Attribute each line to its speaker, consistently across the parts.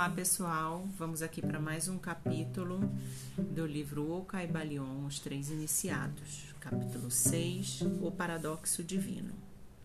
Speaker 1: Olá pessoal, vamos aqui para mais um capítulo do livro O Caibalion, Os Três Iniciados, capítulo 6, O Paradoxo Divino.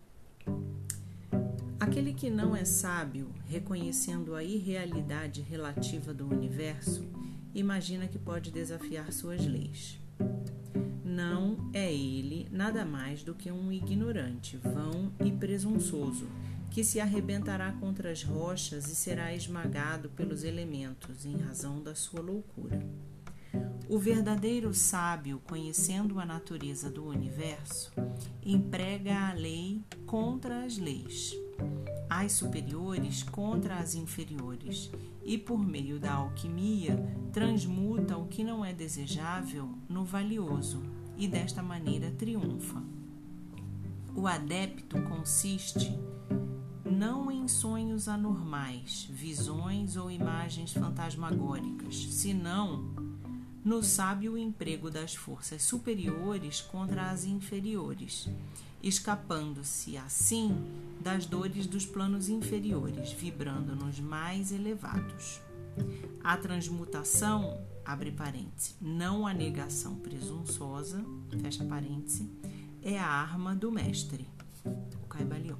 Speaker 1: Aquele que não é sábio, reconhecendo a irrealidade relativa do universo, imagina que pode desafiar suas leis. Não é ele nada mais do que um ignorante, vão e presunçoso, que se arrebentará contra as rochas e será esmagado pelos elementos, em razão da sua loucura. O verdadeiro sábio, conhecendo a natureza do universo, emprega a lei contra as leis, as superiores contra as inferiores, e por meio da alquimia transmuta o que não é desejável no valioso, e desta maneira triunfa. O adepto consiste não em sonhos anormais, visões ou imagens fantasmagóricas, senão no sábio emprego das forças superiores contra as inferiores, escapando-se assim das dores dos planos inferiores, vibrando nos mais elevados. A transmutação, abre parêntese, não a negação presunçosa, fecha parêntese, é a arma do mestre, o Caibalion.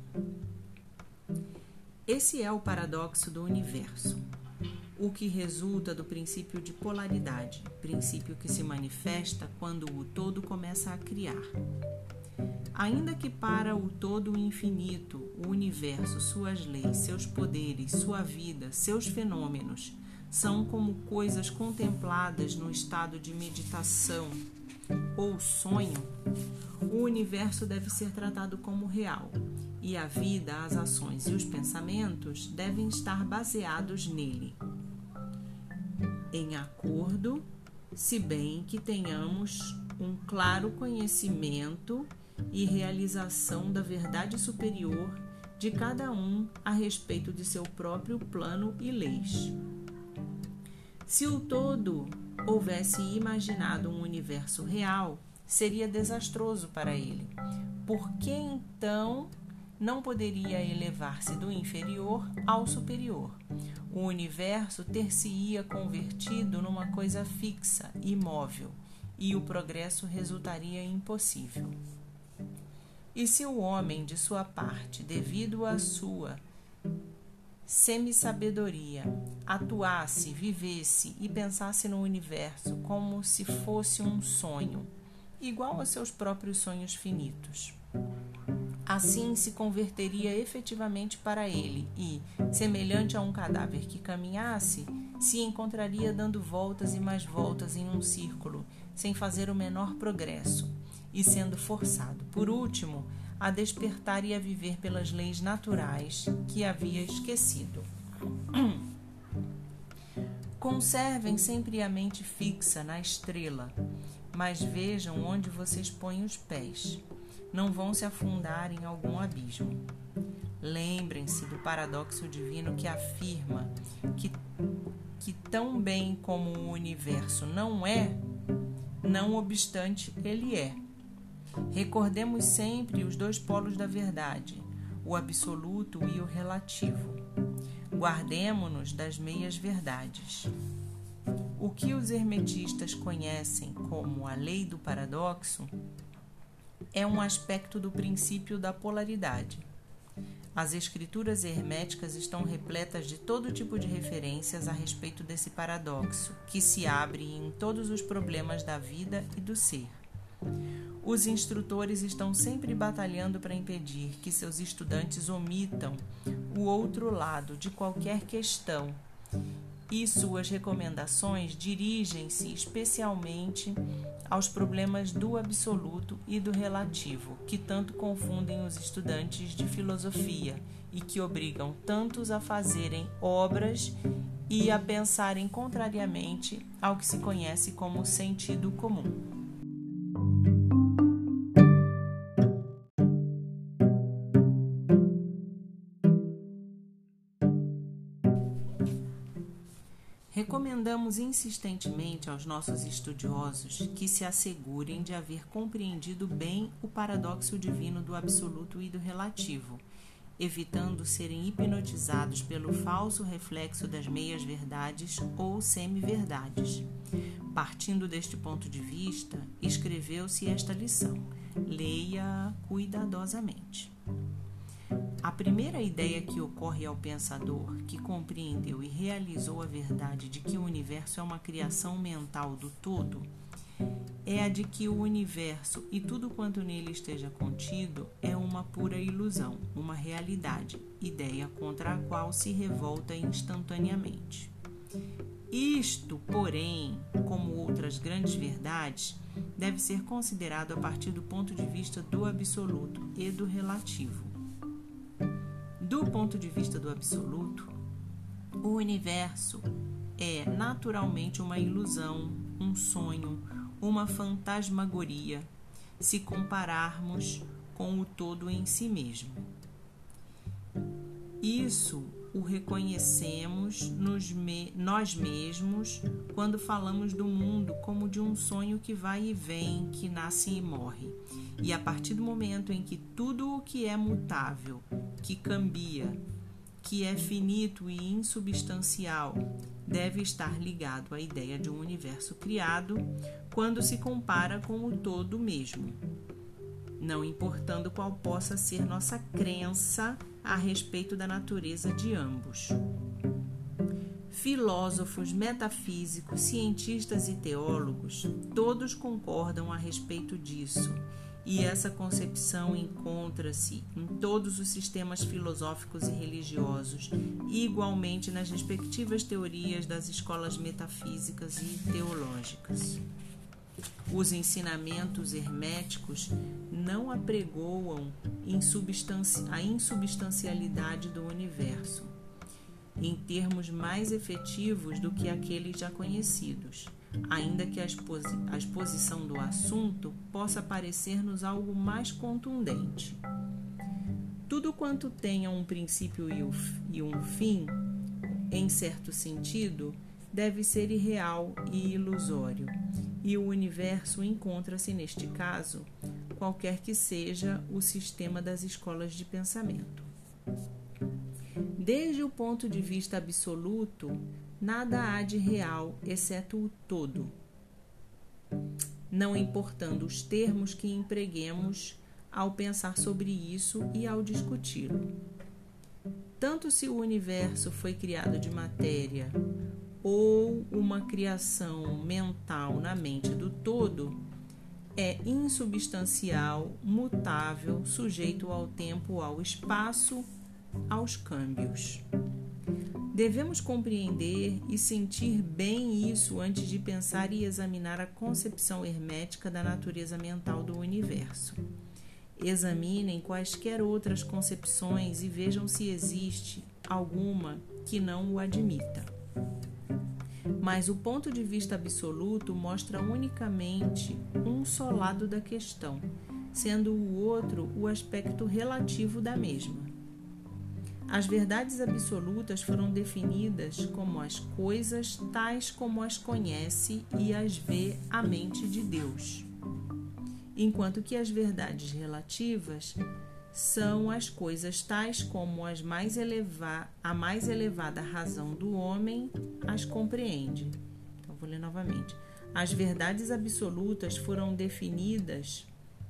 Speaker 1: Esse é o paradoxo do universo, o que resulta do princípio de polaridade, princípio que se manifesta quando o todo começa a criar. Ainda que para o todo infinito, o universo, suas leis, seus poderes, sua vida, seus fenômenos, são como coisas contempladas no estado de meditação ou sonho, o universo deve ser tratado como real, e a vida, as ações e os pensamentos devem estar baseados nele, em acordo, se bem que tenhamos um claro conhecimento e realização da verdade superior de cada um a respeito de seu próprio plano e leis. Se o todo houvesse imaginado um universo real, seria desastroso para ele. Por que então não poderia elevar-se do inferior ao superior? O universo ter-se-ia convertido numa coisa fixa, imóvel, e o progresso resultaria impossível. E se o homem, de sua parte, devido à sua semi-sabedoria, atuasse, vivesse e pensasse no universo como se fosse um sonho, igual aos seus próprios sonhos finitos, assim se converteria efetivamente para ele e, semelhante a um cadáver que caminhasse, se encontraria dando voltas e mais voltas em um círculo, sem fazer o menor progresso, e sendo forçado, por último, a despertar e a viver pelas leis naturais que havia esquecido. Conservem sempre a mente fixa na estrela, mas vejam onde vocês põem os pés. Não vão se afundar em algum abismo. Lembrem-se do paradoxo divino que afirma que tão bem como o universo não é, não obstante ele é. Recordemos sempre os dois polos da verdade, o absoluto e o relativo. Guardemo-nos das meias-verdades. O que os hermetistas conhecem como a lei do paradoxo é um aspecto do princípio da polaridade. As escrituras herméticas estão repletas de todo tipo de referências a respeito desse paradoxo, que se abre em todos os problemas da vida e do ser. Os instrutores estão sempre batalhando para impedir que seus estudantes omitam o outro lado de qualquer questão, e suas recomendações dirigem-se especialmente aos problemas do absoluto e do relativo, que tanto confundem os estudantes de filosofia e que obrigam tantos a fazerem obras e a pensarem contrariamente ao que se conhece como sentido comum. Recomendamos insistentemente aos nossos estudiosos que se assegurem de haver compreendido bem o paradoxo divino do absoluto e do relativo, evitando serem hipnotizados pelo falso reflexo das meias-verdades ou semi-verdades. Partindo deste ponto de vista, escreveu-se esta lição. Leia cuidadosamente. A primeira ideia que ocorre ao pensador que compreendeu e realizou a verdade de que o universo é uma criação mental do todo é a de que o universo e tudo quanto nele esteja contido é uma pura ilusão, uma realidade, ideia contra a qual se revolta instantaneamente. Isto, porém, como outras grandes verdades, deve ser considerado a partir do ponto de vista do absoluto e do relativo. Do ponto de vista do absoluto, o universo é naturalmente uma ilusão, um sonho, uma fantasmagoria, se compararmos com o todo em si mesmo. Isso o reconhecemos nós mesmos quando falamos do mundo como de um sonho que vai e vem, que nasce e morre. E a partir do momento em que tudo o que é mutável, que cambia, que é finito e insubstancial, deve estar ligado à ideia de um universo criado quando se compara com o todo mesmo, não importando qual possa ser nossa crença a respeito da natureza de ambos. Filósofos, metafísicos, cientistas e teólogos, todos concordam a respeito disso, e essa concepção encontra-se em todos os sistemas filosóficos e religiosos, e igualmente nas respectivas teorias das escolas metafísicas e teológicas. Os ensinamentos herméticos não apregoam a insubstancialidade do universo, em termos mais efetivos do que aqueles já conhecidos, ainda que a exposição do assunto possa parecer-nos algo mais contundente. Tudo quanto tenha um princípio e um fim, em certo sentido, deve ser irreal e ilusório, e o universo encontra-se, neste caso, qualquer que seja o sistema das escolas de pensamento. Desde o ponto de vista absoluto, nada há de real, exceto o todo, não importando os termos que empreguemos ao pensar sobre isso e ao discuti-lo. Tanto se o universo foi criado de matéria ou uma criação mental na mente do todo, é insubstancial, mutável, sujeito ao tempo, ao espaço, aos câmbios. Devemos compreender e sentir bem isso antes de pensar e examinar a concepção hermética da natureza mental do universo. Examinem quaisquer outras concepções e vejam se existe alguma que não o admita. Mas o ponto de vista absoluto mostra unicamente um só lado da questão, sendo o outro o aspecto relativo da mesma. As verdades absolutas foram definidas como as coisas tais como as conhece e as vê a mente de Deus, enquanto que as verdades relativas são as coisas tais como a mais elevada razão do homem as compreende. Então, vou ler novamente. As verdades absolutas foram definidas,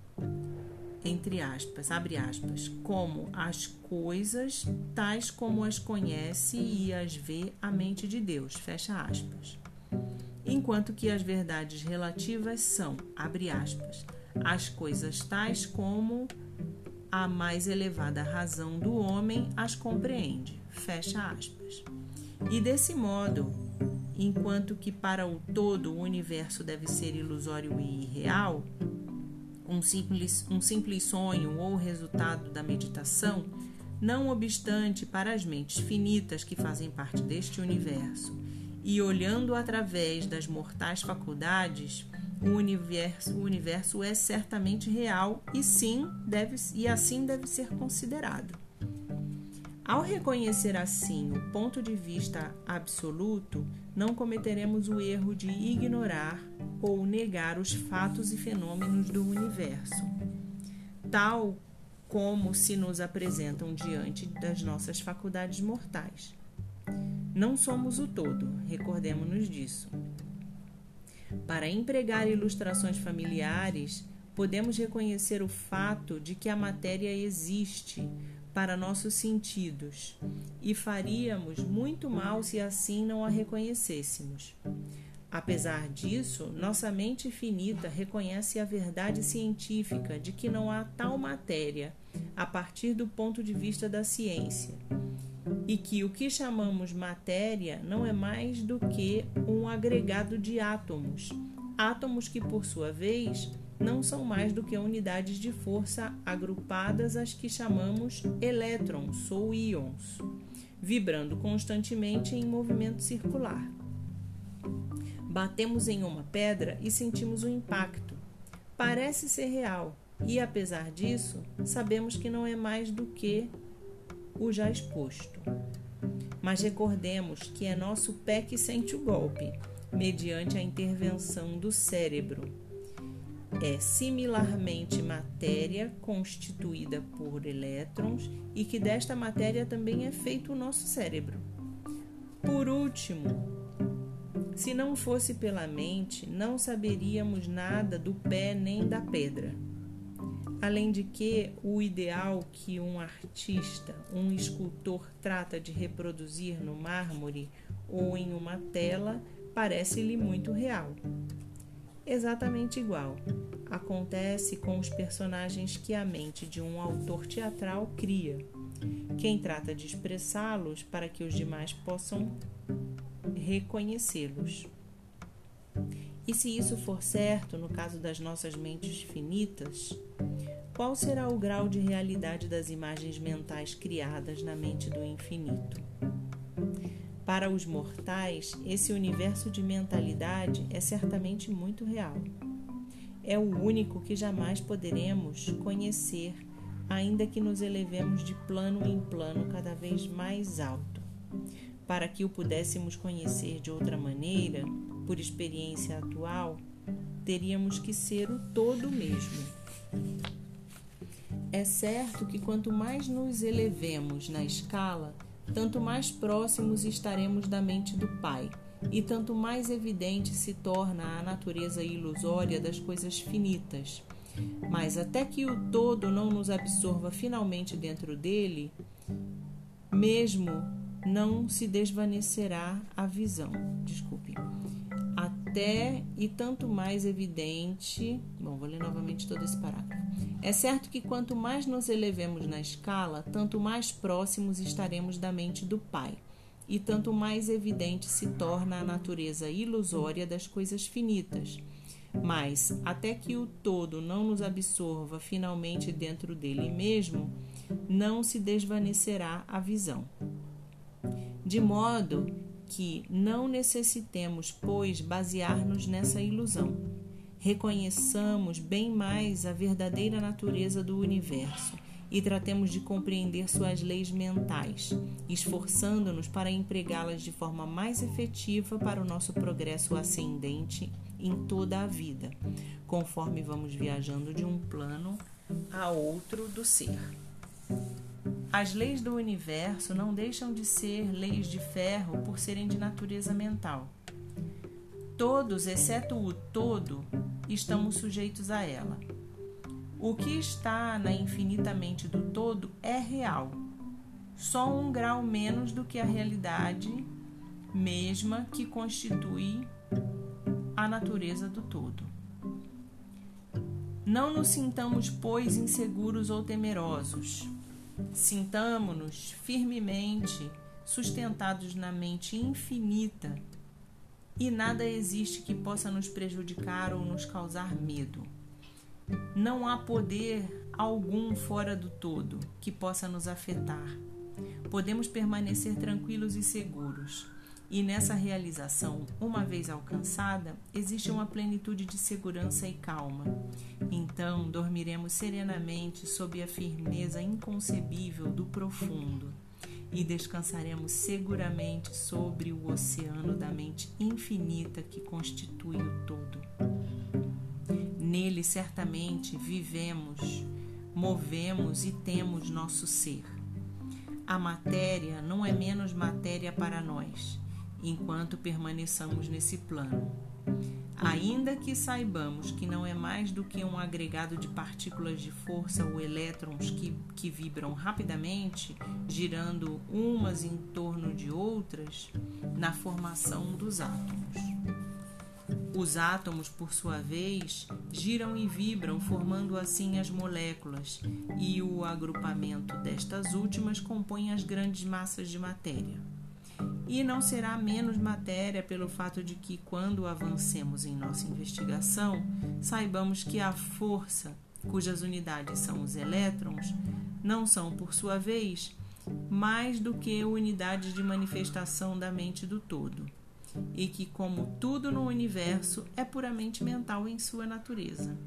Speaker 1: entre aspas, abre aspas, como as coisas tais como as conhece e as vê a mente de Deus, fecha aspas. Enquanto que as verdades relativas são, abre aspas, as coisas tais como a mais elevada razão do homem as compreende, fecha aspas. E desse modo, enquanto que para o todo o universo deve ser ilusório e irreal, um simples sonho ou resultado da meditação, não obstante para as mentes finitas que fazem parte deste universo, e olhando através das mortais faculdades, o universo é certamente real e assim deve ser considerado. Ao reconhecer assim o ponto de vista absoluto, não cometeremos o erro de ignorar ou negar os fatos e fenômenos do universo, tal como se nos apresentam diante das nossas faculdades mortais. Não somos o todo, recordemo-nos disso. Para empregar ilustrações familiares, podemos reconhecer o fato de que a matéria existe para nossos sentidos e faríamos muito mal se assim não a reconhecêssemos. Apesar disso, nossa mente finita reconhece a verdade científica de que não há tal matéria a partir do ponto de vista da ciência e que o que chamamos matéria não é mais do que um agregado de átomos, átomos que, por sua vez, não são mais do que unidades de força agrupadas às que chamamos elétrons ou íons, vibrando constantemente em movimento circular. Batemos em uma pedra e sentimos um impacto. Parece ser real e, apesar disso, sabemos que não é mais do que o já exposto. Mas recordemos que é nosso pé que sente o golpe, mediante a intervenção do cérebro. É similarmente matéria constituída por elétrons e que desta matéria também é feito o nosso cérebro. Por último, se não fosse pela mente, não saberíamos nada do pé nem da pedra. Além de que o ideal que um artista, um escultor trata de reproduzir no mármore ou em uma tela parece-lhe muito real. Exatamente igual acontece com os personagens que a mente de um autor teatral cria. Quem trata de expressá-los para que os demais possam reconhecê-los. E se isso for certo no caso das nossas mentes finitas, qual será o grau de realidade das imagens mentais criadas na mente do infinito? Para os mortais, esse universo de mentalidade é certamente muito real. É o único que jamais poderemos conhecer, ainda que nos elevemos de plano em plano cada vez mais alto. Para que o pudéssemos conhecer de outra maneira, por experiência atual, teríamos que ser o todo mesmo. É certo que quanto mais nos elevemos na escala, tanto mais próximos estaremos da mente do Pai, e tanto mais evidente se torna a natureza ilusória das coisas finitas. Mas até que o todo não nos absorva finalmente dentro dele, mesmo não se desvanecerá a visão. Até e tanto mais evidente... Vou ler novamente todo esse parágrafo. É certo que quanto mais nos elevemos na escala, tanto mais próximos estaremos da mente do Pai, e tanto mais evidente se torna a natureza ilusória das coisas finitas. Mas, até que o todo não nos absorva finalmente dentro dele mesmo, não se desvanecerá a visão. De modo que não necessitemos, pois, basear-nos nessa ilusão. Reconheçamos bem mais a verdadeira natureza do universo e tratemos de compreender suas leis mentais, esforçando-nos para empregá-las de forma mais efetiva para o nosso progresso ascendente em toda a vida, conforme vamos viajando de um plano a outro do ser. As leis do universo não deixam de ser leis de ferro por serem de natureza mental. Todos, exceto o todo, estamos sujeitos a ela. O que está na infinita mente do todo é real, só um grau menos do que a realidade mesma que constitui a natureza do todo. Não nos sintamos, pois, inseguros ou temerosos. Sintamo-nos firmemente sustentados na mente infinita e nada existe que possa nos prejudicar ou nos causar medo. Não há poder algum fora do todo que possa nos afetar. Podemos permanecer tranquilos e seguros. E nessa realização, uma vez alcançada, existe uma plenitude de segurança e calma. Então, dormiremos serenamente sob a firmeza inconcebível do profundo e descansaremos seguramente sobre o oceano da mente infinita que constitui o todo. Nele, certamente, vivemos movemos e temos nosso ser. A matéria não é menos matéria para nós, enquanto permaneçamos nesse plano. Ainda que saibamos que não é mais do que um agregado de partículas de força ou elétrons que vibram rapidamente, girando umas em torno de outras, na formação dos átomos. Os átomos, por sua vez, giram e vibram, formando assim as moléculas, e o agrupamento destas últimas compõe as grandes massas de matéria. E não será menos matéria pelo fato de que, quando avancemos em nossa investigação, saibamos que a força, cujas unidades são os elétrons, não são, por sua vez, mais do que unidades de manifestação da mente do todo, e que, como tudo no universo, é puramente mental em sua natureza.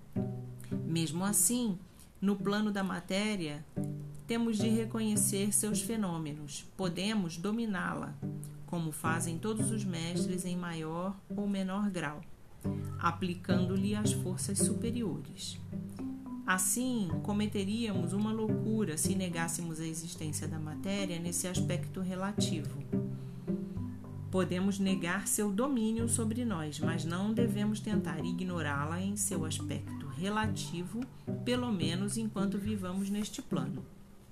Speaker 1: Mesmo assim, no plano da matéria, temos de reconhecer seus fenômenos, podemos dominá-la, como fazem todos os mestres em maior ou menor grau, aplicando-lhe as forças superiores. Assim, cometeríamos uma loucura se negássemos a existência da matéria nesse aspecto relativo. Podemos negar seu domínio sobre nós, mas não devemos tentar ignorá-la em seu aspecto relativo, pelo menos enquanto vivamos neste plano.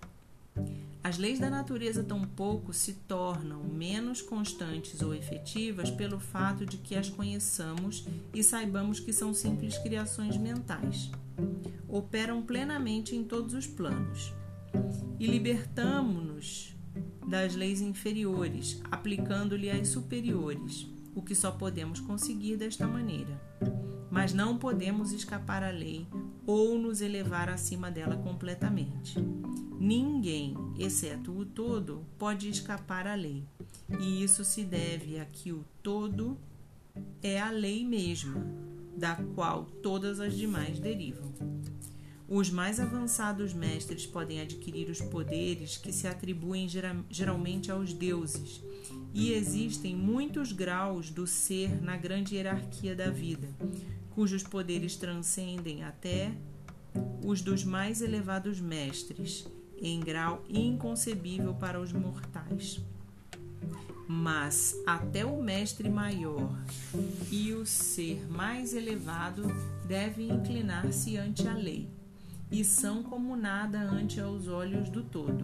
Speaker 1: As leis da natureza tampouco se tornam menos constantes ou efetivas pelo fato de que as conheçamos e saibamos que são simples criações mentais. Operam plenamente em todos os planos. E libertamo-nos das leis inferiores, aplicando-lhe as superiores, o que só podemos conseguir desta maneira. Mas não podemos escapar à lei ou nos elevar acima dela completamente. Ninguém, exceto o todo, pode escapar à lei, e isso se deve a que o todo é a lei mesma, da qual todas as demais derivam. Os mais avançados mestres podem adquirir os poderes que se atribuem geralmente aos deuses, e existem muitos graus do ser na grande hierarquia da vida, cujos poderes transcendem até os dos mais elevados mestres, em grau inconcebível para os mortais. Mas até o mestre maior e o ser mais elevado devem inclinar-se ante a lei, e são como nada ante aos olhos do todo.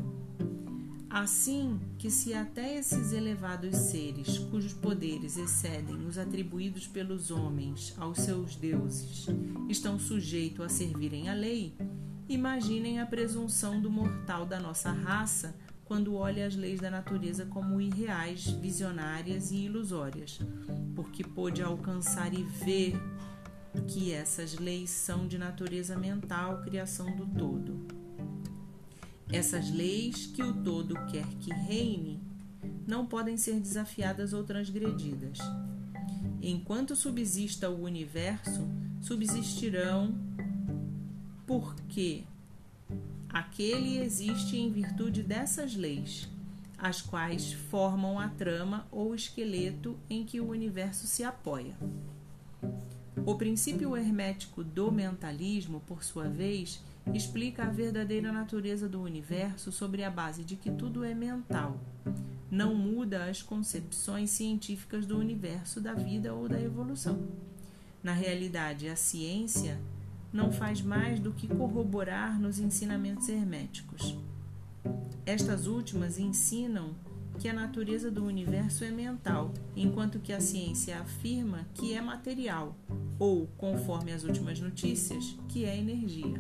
Speaker 1: Assim que se até esses elevados seres, cujos poderes excedem os atribuídos pelos homens aos seus deuses, estão sujeitos a servirem à lei, imaginem a presunção do mortal da nossa raça quando olha as leis da natureza como irreais, visionárias e ilusórias, porque pôde alcançar e ver que essas leis são de natureza mental, criação do todo. Essas leis que o todo quer que reine não podem ser desafiadas ou transgredidas. Enquanto subsista o universo, subsistirão porque aquele existe em virtude dessas leis, as quais formam a trama ou esqueleto em que o universo se apoia. O princípio hermético do mentalismo, por sua vez, explica a verdadeira natureza do universo sobre a base de que tudo é mental. Não muda as concepções científicas do universo, da vida ou da evolução. Na realidade, a ciência não faz mais do que corroborar nos ensinamentos herméticos. Estas últimas ensinam que a natureza do universo é mental, enquanto que a ciência afirma que é material, ou, conforme as últimas notícias, que é energia.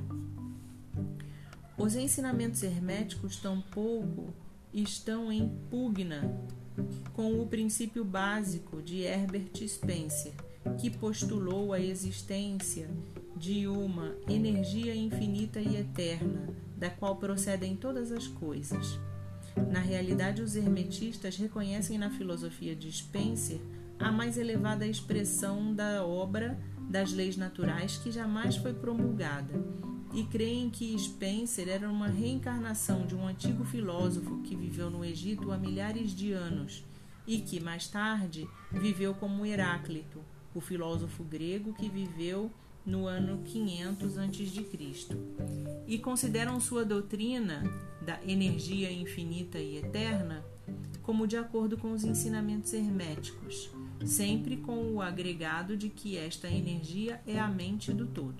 Speaker 1: Os ensinamentos herméticos tampouco estão em pugna com o princípio básico de Herbert Spencer, que postulou a existência de uma energia infinita e eterna, da qual procedem todas as coisas. Na realidade, os hermetistas reconhecem na filosofia de Spencer a mais elevada expressão da obra das leis naturais que jamais foi promulgada, e creem que Spencer era uma reencarnação de um antigo filósofo que viveu no Egito há milhares de anos e que, mais tarde, viveu como Heráclito, o filósofo grego que viveu no ano 500 a.C., e consideram sua doutrina da energia infinita e eterna como de acordo com os ensinamentos herméticos, sempre com o agregado de que esta energia é a mente do todo.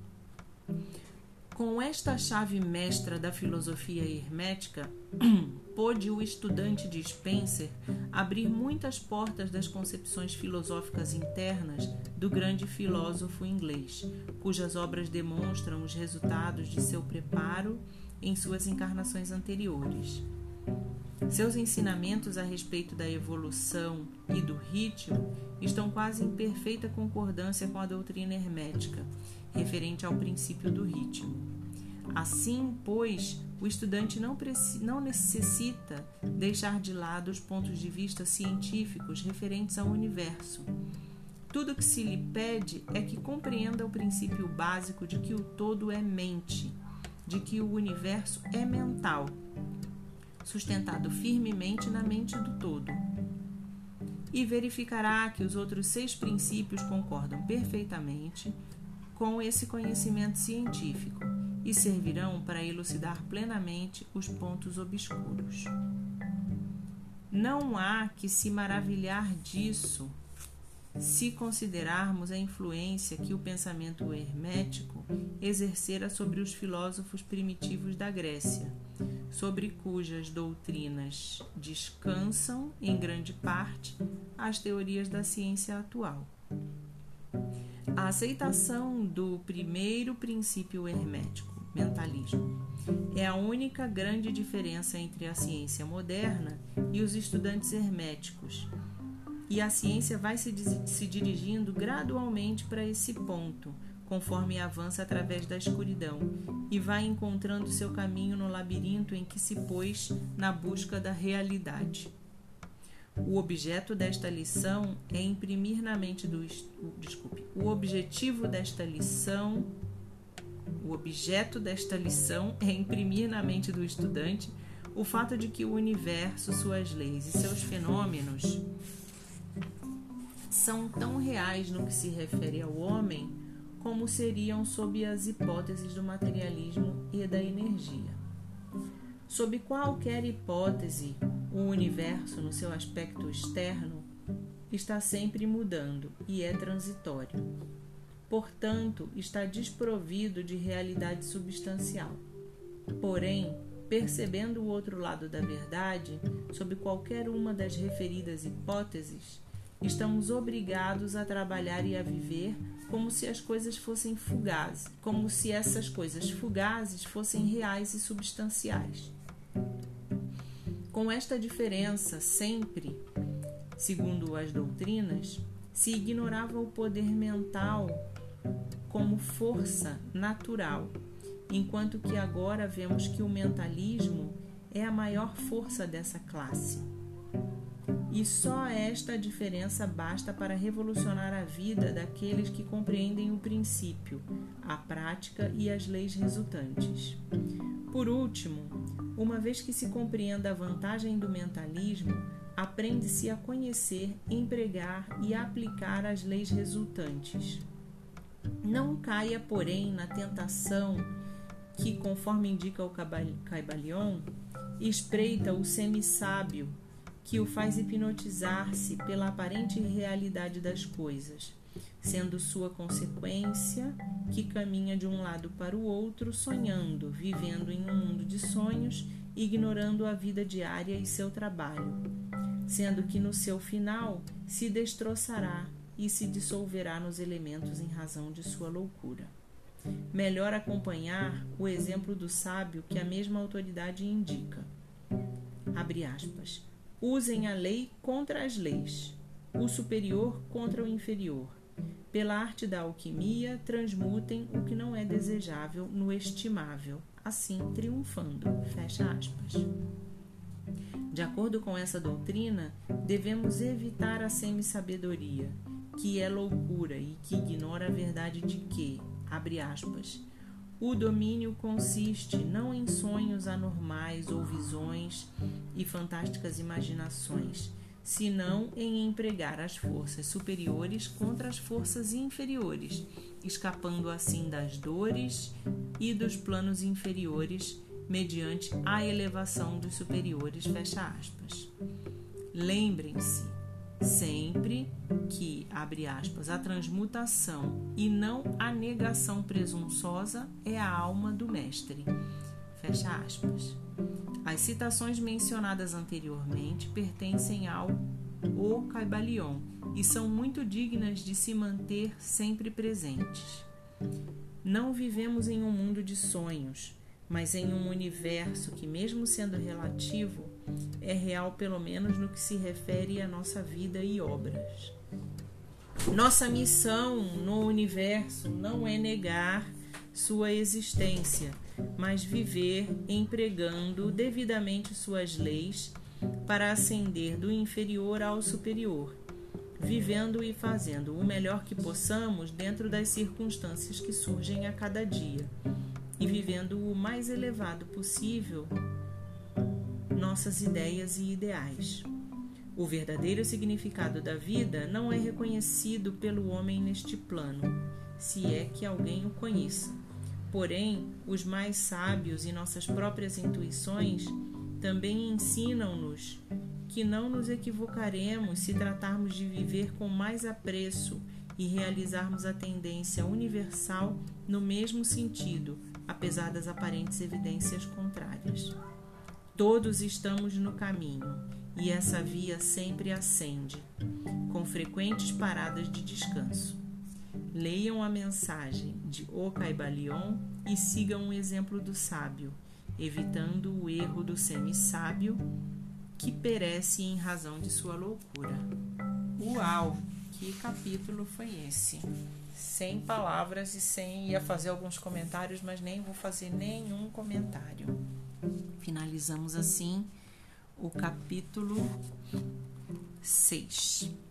Speaker 1: Com esta chave mestra da filosofia hermética, pôde o estudante de Spencer abrir muitas portas das concepções filosóficas internas do grande filósofo inglês, cujas obras demonstram os resultados de seu preparo em suas encarnações anteriores. Seus ensinamentos a respeito da evolução e do ritmo estão quase em perfeita concordância com a doutrina hermética, referente ao princípio do ritmo. Assim, pois, o estudante não necessita deixar de lado os pontos de vista científicos referentes ao universo. Tudo o que se lhe pede é que compreenda o princípio básico de que o todo é mente, de que o universo é mental, sustentado firmemente na mente do todo. E verificará que os outros 6 princípios concordam perfeitamente com esse conhecimento científico e servirão para elucidar plenamente os pontos obscuros. Não há que se maravilhar disso se considerarmos a influência que o pensamento hermético exercera sobre os filósofos primitivos da Grécia, sobre cujas doutrinas descansam, em grande parte, as teorias da ciência atual. A aceitação do primeiro princípio hermético, mentalismo, é a única grande diferença entre a ciência moderna e os estudantes herméticos, e a ciência vai se dirigindo gradualmente para esse ponto, conforme avança através da escuridão, e vai encontrando seu caminho no labirinto em que se pôs na busca da realidade. O objeto desta lição é imprimir na mente do O objetivo desta lição O objeto desta lição é imprimir na mente do estudante o fato de que o universo, suas leis e seus fenômenos são tão reais no que se refere ao homem como seriam sob as hipóteses do materialismo e da energia. Sob qualquer hipótese, o universo, no seu aspecto externo, está sempre mudando e é transitório. Portanto, está desprovido de realidade substancial. Porém, percebendo o outro lado da verdade, sob qualquer uma das referidas hipóteses, estamos obrigados a trabalhar e a viver como se as coisas fossem fugazes, como se essas coisas fugazes fossem reais e substanciais. Com esta diferença, sempre, segundo as doutrinas, se ignorava o poder mental como força natural, enquanto que agora vemos que o mentalismo é a maior força dessa classe. E só esta diferença basta para revolucionar a vida daqueles que compreendem o princípio, a prática e as leis resultantes. Por último, uma vez que se compreenda a vantagem do mentalismo, aprende-se a conhecer, empregar e aplicar as leis resultantes. Não caia, porém, na tentação que, conforme indica o Kybalion, espreita o semi-sábio, que o faz hipnotizar-se pela aparente realidade das coisas, sendo sua consequência que caminha de um lado para o outro, sonhando, vivendo em um mundo de sonhos, ignorando a vida diária e seu trabalho, sendo que no seu final se destroçará e se dissolverá nos elementos em razão de sua loucura. Melhor acompanhar o exemplo do sábio que a mesma autoridade indica. Abre aspas. Usem a lei contra as leis, o superior contra o inferior. Pela arte da alquimia, transmutem o que não é desejável no estimável, assim triunfando. Fecha aspas. De acordo com essa doutrina, devemos evitar a semi-sabedoria, que é loucura e que ignora a verdade de que, abre aspas, o domínio consiste não em sonhos anormais ou visões e fantásticas imaginações, senão em empregar as forças superiores contra as forças inferiores escapando assim das dores e dos planos inferiores mediante a elevação dos superiores, fecha aspas. Lembrem-se sempre que, abre aspas, a transmutação e não a negação presunçosa é a alma do mestre, fecha aspas. As citações mencionadas anteriormente pertencem ao O Kybalion e são muito dignas de se manter sempre presentes. Não vivemos em um mundo de sonhos, mas em um universo que, mesmo sendo relativo, é real pelo menos no que se refere à nossa vida e obras. Nossa missão no universo não é negar sua existência, mas viver empregando devidamente suas leis para ascender do inferior ao superior, vivendo e fazendo o melhor que possamos dentro das circunstâncias que surgem a cada dia e vivendo o mais elevado possível nossas ideias e ideais. O verdadeiro significado da vida não é reconhecido pelo homem neste plano, se é que alguém o conheça. Porém, os mais sábios e nossas próprias intuições também ensinam-nos que não nos equivocaremos se tratarmos de viver com mais apreço e realizarmos a tendência universal no mesmo sentido, apesar das aparentes evidências contrárias. Todos estamos no caminho e essa via sempre ascende, com frequentes paradas de descanso. Leiam a mensagem de O Kybalion e sigam o exemplo do sábio, evitando o erro do semi-sábio que perece em razão de sua loucura. Uau! Que capítulo foi esse? Sem palavras e sem... Ia fazer alguns comentários, mas nem vou fazer nenhum comentário. Finalizamos assim o capítulo 6.